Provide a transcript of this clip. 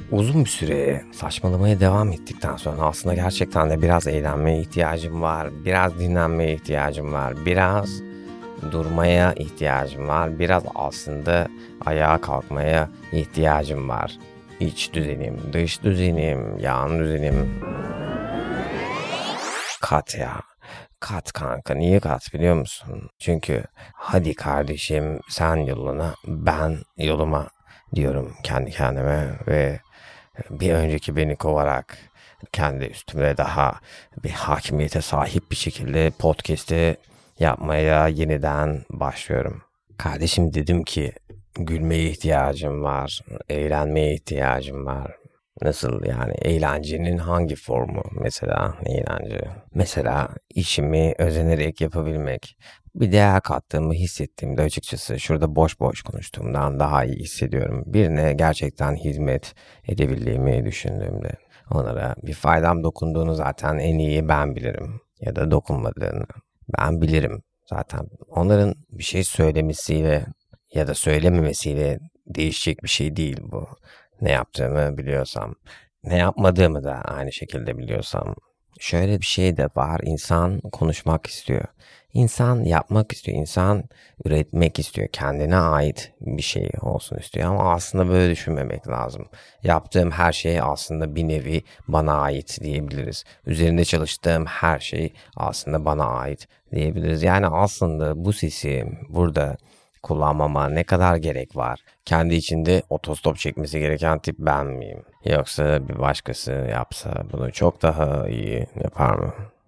Uzun bir süre saçmalamaya devam ettikten sonra aslında gerçekten de biraz eğlenmeye ihtiyacım var. Biraz dinlenmeye ihtiyacım var. Biraz durmaya ihtiyacım var. Biraz aslında ayağa kalkmaya ihtiyacım var. İç düzenim, dış düzenim, yan düzenim. Kat ya. Kat kanka. Niye kat biliyor musun? Çünkü hadi kardeşim sen yoluna ben yoluma diyorum kendi kendime ve bir önceki beni kovarak kendi üstüme daha bir hakimiyete sahip bir şekilde podcast'i yapmaya yeniden başlıyorum. Kardeşim dedim ki gülmeye ihtiyacım var, eğlenmeye ihtiyacım var. Nasıl yani eğlencenin hangi formu mesela eğlence? Mesela işimi özenerek yapabilmek. Bir değer kattığımı hissettiğimde açıkçası şurada boş boş konuştuğumdan daha iyi hissediyorum. Birine gerçekten hizmet edebildiğimi düşündüğümde onlara bir faydam dokunduğunu zaten en iyi ben bilirim. Ya da dokunmadığını ben bilirim zaten. Onların bir şey söylemesiyle ya da söylememesiyle değişecek bir şey değil bu. Ne yaptığımı biliyorsam, ne yapmadığımı da aynı şekilde biliyorsam. Şöyle bir şey de var, insan konuşmak istiyor. İnsan yapmak istiyor, insan üretmek istiyor. Kendine ait bir şey olsun istiyor ama aslında böyle düşünmemek lazım. Yaptığım her şey aslında bir nevi bana ait diyebiliriz. Üzerinde çalıştığım her şey aslında bana ait diyebiliriz. Yani aslında bu sesi burada kullanmama ne kadar gerek var? Kendi içinde otostop çekmesi gereken tip ben miyim? Yoksa bir başkası yapsa bunu çok daha iyi yapar mı?